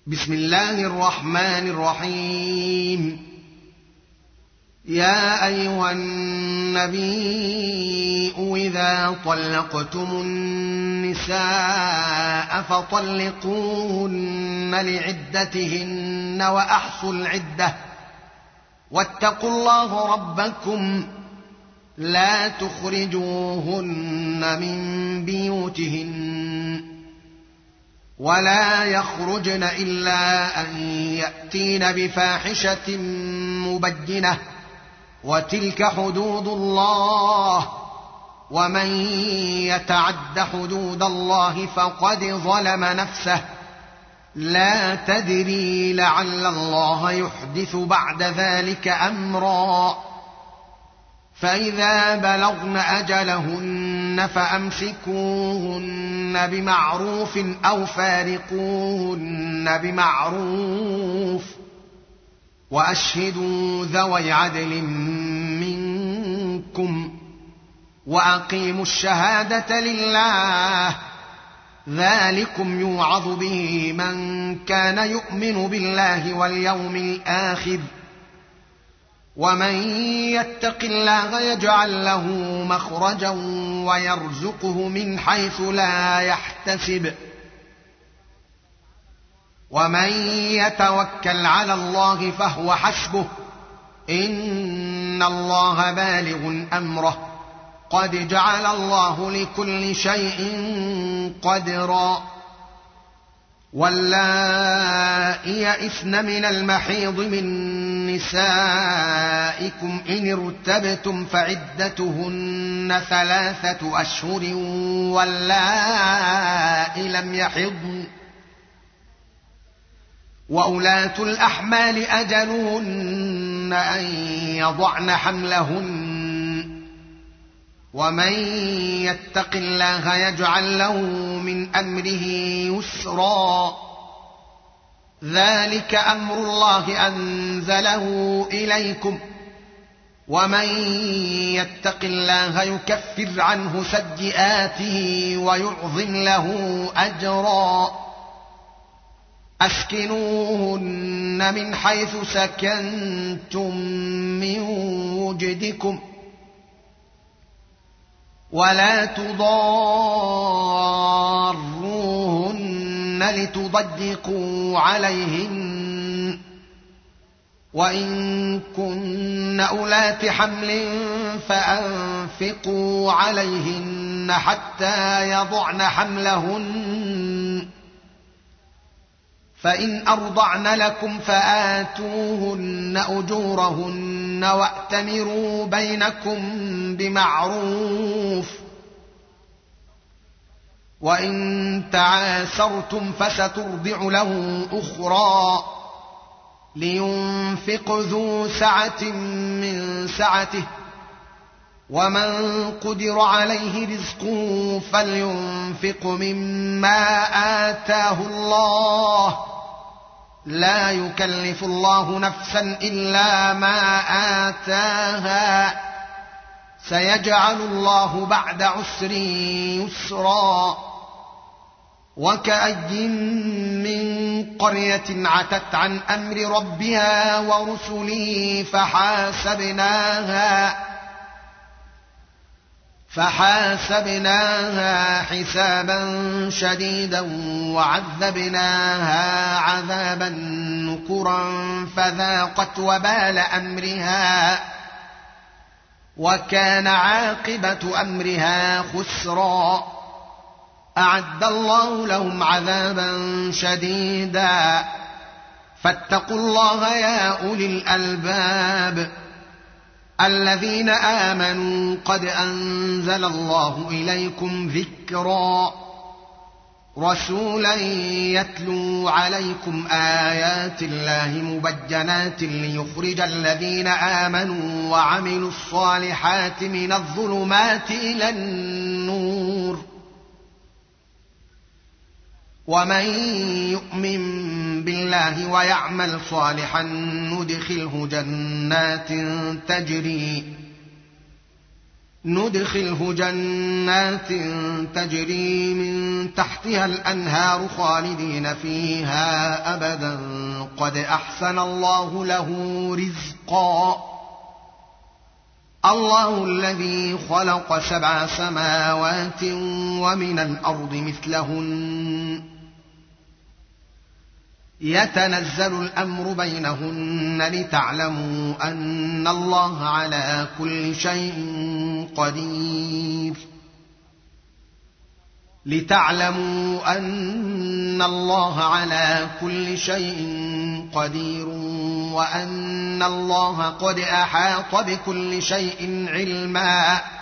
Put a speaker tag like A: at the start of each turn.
A: بسم الله الرحمن الرحيم. يا أيها النبي إذا طلقتم النساء فطلقوهن لعدتهن وأحصوا العدة واتقوا الله ربكم لا تخرجوهن من بيوتهن ولا يخرجن إلا أن يأتين بفاحشة مبينة وتلك حدود الله ومن يتعد حدود الله فقد ظلم نفسه لا تدري لعل الله يحدث بعد ذلك أمرا. فإذا بلغن أجلهن فأمسكوهن بمعروف أو فارقوهن بمعروف وأشهدوا ذوي عدل منكم وأقيموا الشهادة لله ذلكم يوعظ به من كان يؤمن بالله واليوم الآخر ومن يتق الله يجعل له مخرجا ويرزقه من حيث لا يحتسب ومن يتوكل على الله فهو حسبه إن الله بالغ أمره قد جعل الله لكل شيء قدرا. واللائي يئسن من المحيض من نسائكم إن ارتبتم فعدتهن 3 أشهر واللائي لم يحضن وأولاة الأحمال أجلهن أن يضعن حملهن ومن يتق الله يجعل له من أمره يسرا ذلك أمر الله أنزله إليكم ومن يتق الله يكفر عنه سيئاته ويعظم له أجرا. أسكنوهن من حيث سكنتم من وجدكم ولا تضاروهن لتضيقوا عليهن وإن كن أولات حمل فأنفقوا عليهن حتى يضعن حملهن فإن أرضعن لكم فآتوهن أجورهن وأتمروا بينكم بمعروف وإن تعاسرتم فسترضع له أخرى لينفق ذو سعة من سعته ومن قدر عليه رزقه فلينفق مما آتاه الله لا يكلف الله نفسا إلا ما آتاها سيجعل الله بعد عسر يسرا. وكأي من قرية عتت عن أمر ربها ورسله فحاسبناها حسابا شديدا وعذبناها عذابا نكرا فذاقت وبال أمرها وكان عاقبة أمرها خسرا. أعد الله لهم عذابا شديدا فاتقوا الله يا أولي الألباب الذين آمنوا قد أنزل الله إليكم ذكرا رسولا يتلو عليكم آيات الله مبينات ليخرج الذين آمنوا وعملوا الصالحات من الظلمات إلى النور ومن يؤمن بالله ويعمل صالحا ندخله جنات ندخله جنات تجري من تحتها الأنهار خالدين فيها أبدا قد أحسن الله له رزقا. الله الذي خلق 7 سماوات ومن الأرض مثلهن يتنزل الأمر بينهن لتعلموا أن الله على كل شيء قدير وأن الله قد أحاط بكل شيء علما